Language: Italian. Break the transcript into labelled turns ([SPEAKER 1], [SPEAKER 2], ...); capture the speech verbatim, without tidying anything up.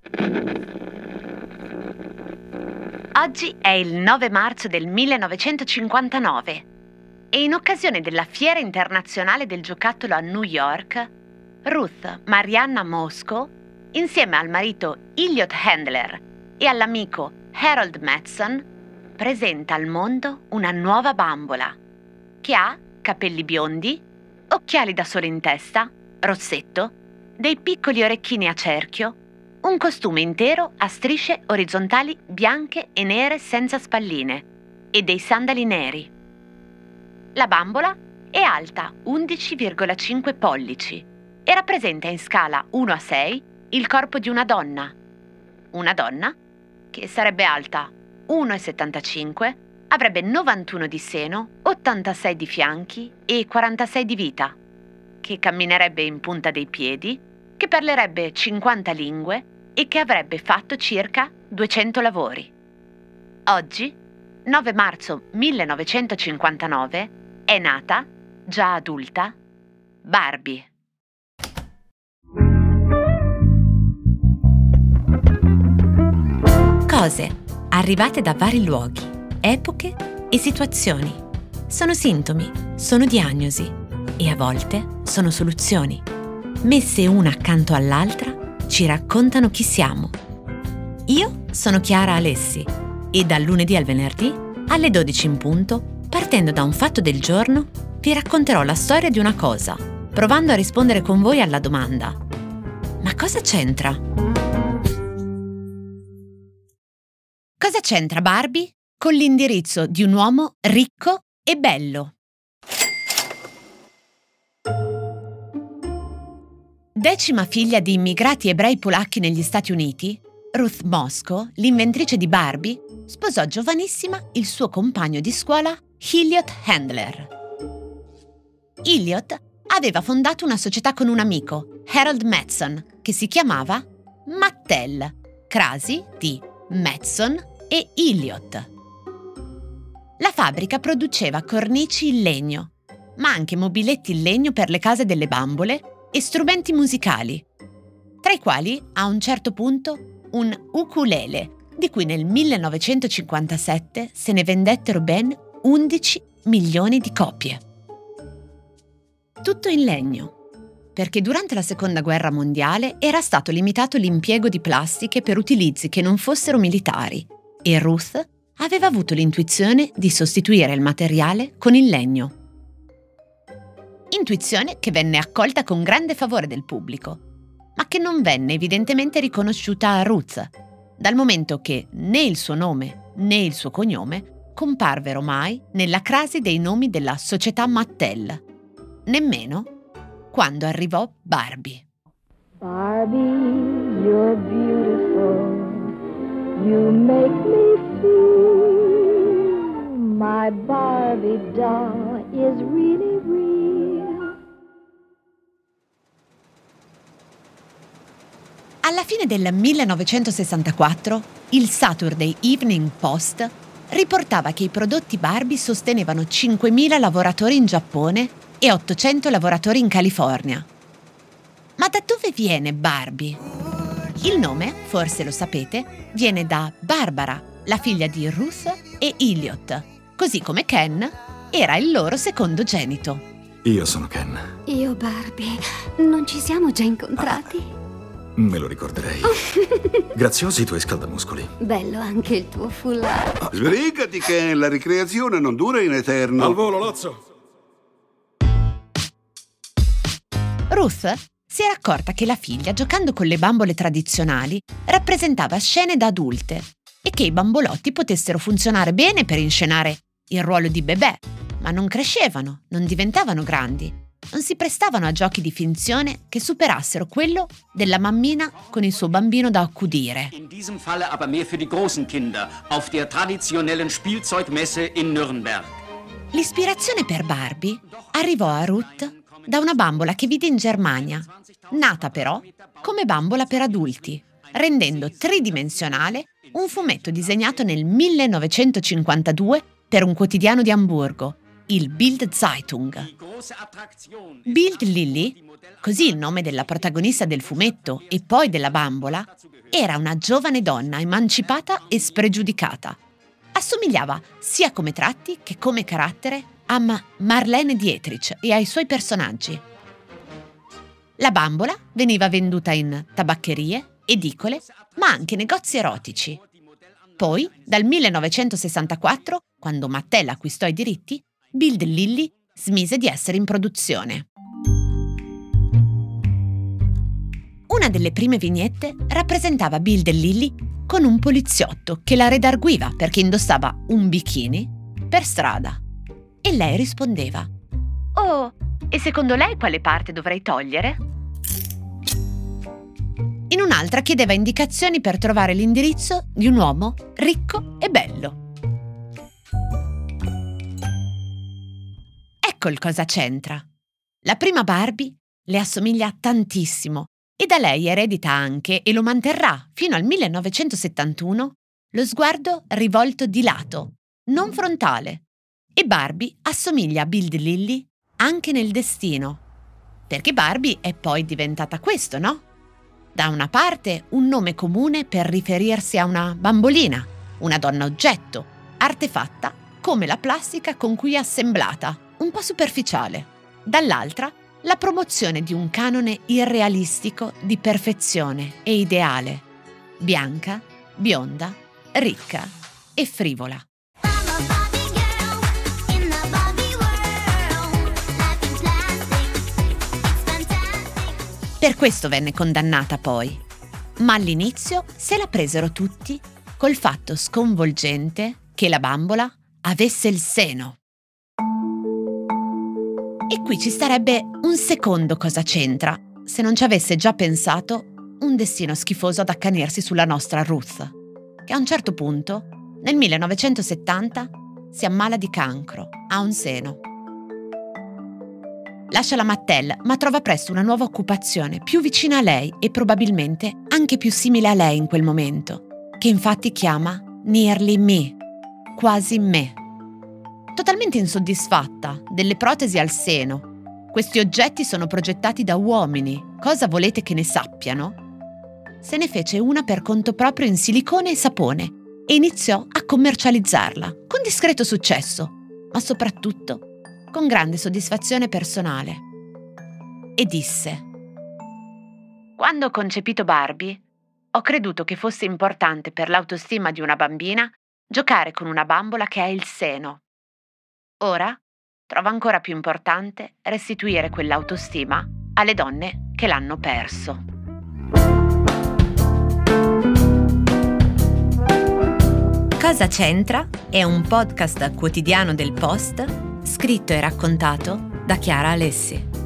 [SPEAKER 1] Oggi è il nove marzo del millenovecentocinquantanove e in occasione della Fiera Internazionale del Giocattolo a New York, Ruth Marianna Moscow, insieme al marito Elliot Handler e all'amico Harold Madsen, presenta al mondo una nuova bambola che ha capelli biondi, occhiali da sole in testa, rossetto, dei piccoli orecchini a cerchio, un costume intero a strisce orizzontali bianche e nere senza spalline e dei sandali neri. La bambola è alta undici virgola cinque pollici e rappresenta in scala uno a sei il corpo di una donna. Una donna che sarebbe alta uno virgola settantacinque, avrebbe novantuno di seno, ottantasei di fianchi e quarantasei di vita, che camminerebbe in punta dei piedi, che parlerebbe cinquanta lingue e che avrebbe fatto circa duecento lavori. Oggi, nove marzo millenovecentocinquantanove, è nata, già adulta, Barbie.
[SPEAKER 2] Cose arrivate da vari luoghi, epoche e situazioni. Sono sintomi, sono diagnosi e a volte sono soluzioni. Messe una accanto all'altra, ci raccontano chi siamo. Io sono Chiara Alessi e dal lunedì al venerdì, alle dodici in punto, partendo da un fatto del giorno, vi racconterò la storia di una cosa, provando a rispondere con voi alla domanda: ma cosa c'entra? Cosa c'entra Barbie con l'indirizzo di un uomo ricco e bello? Decima figlia di immigrati ebrei polacchi negli Stati Uniti, Ruth Moscow, l'inventrice di Barbie, sposò giovanissima il suo compagno di scuola, Elliot Handler. Elliot aveva fondato una società con un amico, Harold Madsen, che si chiamava Mattel, crasi di Madsen e Elliot. La fabbrica produceva cornici in legno, ma anche mobiletti in legno per le case delle bambole e strumenti musicali, tra i quali, a un certo punto, un ukulele, di cui nel millenovecentocinquantasette se ne vendettero ben undici milioni di copie. Tutto in legno, perché durante la Seconda Guerra Mondiale era stato limitato l'impiego di plastiche per utilizzi che non fossero militari e Ruth aveva avuto l'intuizione di sostituire il materiale con il legno. Intuizione che venne accolta con grande favore del pubblico, ma che non venne evidentemente riconosciuta a Ruth, dal momento che né il suo nome né il suo cognome comparvero mai nella crasi dei nomi della società Mattel, nemmeno quando arrivò Barbie.
[SPEAKER 3] Barbie, you're beautiful. You make me feel my Barbie doll is really real.
[SPEAKER 2] Alla fine del millenovecentosessantaquattro, il Saturday Evening Post riportava che i prodotti Barbie sostenevano cinquemila lavoratori in Giappone e ottocento lavoratori in California. Ma da dove viene Barbie? Il nome, forse lo sapete, viene da Barbara, la figlia di Ruth e Elliot, così come Ken era il loro secondogenito.
[SPEAKER 4] Io sono Ken.
[SPEAKER 5] Io Barbie. Non ci siamo già incontrati?
[SPEAKER 4] Me lo ricorderei. Graziosi i tuoi scaldamuscoli.
[SPEAKER 5] Bello anche il tuo foulard.
[SPEAKER 6] Sbrigati, Ken, la ricreazione non dura in eterno.
[SPEAKER 4] Al volo, Lozzo.
[SPEAKER 2] Ruth si era accorta che la figlia, giocando con le bambole tradizionali, rappresentava scene da adulte e che i bambolotti potessero funzionare bene per inscenare il ruolo di bebè, ma non crescevano, non diventavano grandi, non si prestavano a giochi di finzione che superassero quello della mammina con il suo bambino da accudire.
[SPEAKER 7] In diesem Falle aber mehr für die großen Kinder auf der traditionellen Spielzeugmesse in Nürnberg.
[SPEAKER 2] L'ispirazione per Barbie arrivò a Ruth da una bambola che vide in Germania, nata però come bambola per adulti, rendendo tridimensionale un fumetto disegnato nel millenovecentocinquantadue per un quotidiano di Amburgo, il Bild Zeitung. Bild Lilly, così il nome della protagonista del fumetto e poi della bambola, era una giovane donna emancipata e spregiudicata. Assomigliava sia come tratti che come carattere a Ma- Marlene Dietrich e ai suoi personaggi. La bambola veniva venduta in tabaccherie, edicole, ma anche negozi erotici. Poi, dal millenovecentosessantaquattro, quando Mattel acquistò i diritti, Bild Lilly smise di essere in produzione. Una delle prime vignette rappresentava Bild Lilly con un poliziotto che la redarguiva perché indossava un bikini per strada. E lei rispondeva:
[SPEAKER 1] Oh, e secondo lei quale parte dovrei togliere?
[SPEAKER 2] In un'altra chiedeva indicazioni per trovare l'indirizzo di un uomo ricco e bello. Ecco il cosa c'entra. La prima Barbie le assomiglia tantissimo e da lei eredita anche, e lo manterrà fino al millenovecentosettantuno, lo sguardo rivolto di lato, non frontale. E Barbie assomiglia a Bild Lilly anche nel destino. Perché Barbie è poi diventata questo, no? Da una parte un nome comune per riferirsi a una bambolina, una donna oggetto, artefatta come la plastica con cui è assemblata, un po' superficiale. Dall'altra la promozione di un canone irrealistico di perfezione e ideale, bianca, bionda, ricca e frivola. Per questo venne condannata poi, ma all'inizio se la presero tutti col fatto sconvolgente che la bambola avesse il seno. E qui ci starebbe un secondo cosa c'entra, se non ci avesse già pensato un destino schifoso ad accanirsi sulla nostra Ruth, che a un certo punto, nel millenovecentosettanta, si ammala di cancro, ha un seno. Lascia la Mattel, ma trova presto una nuova occupazione più vicina a lei e probabilmente anche più simile a lei in quel momento, che infatti chiama Nearly Me, quasi me. Totalmente insoddisfatta delle protesi al seno, questi oggetti sono progettati da uomini, cosa volete che ne sappiano? Se ne fece una per conto proprio in silicone e sapone e iniziò a commercializzarla, con discreto successo, ma soprattutto con grande soddisfazione personale. E disse:
[SPEAKER 1] Quando ho concepito Barbie, ho creduto che fosse importante per l'autostima di una bambina giocare con una bambola che ha il seno. Ora trovo ancora più importante restituire quell'autostima alle donne che l'hanno perso.
[SPEAKER 2] Cosa c'entra? È un podcast quotidiano del Post, scritto e raccontato da Chiara Alessi.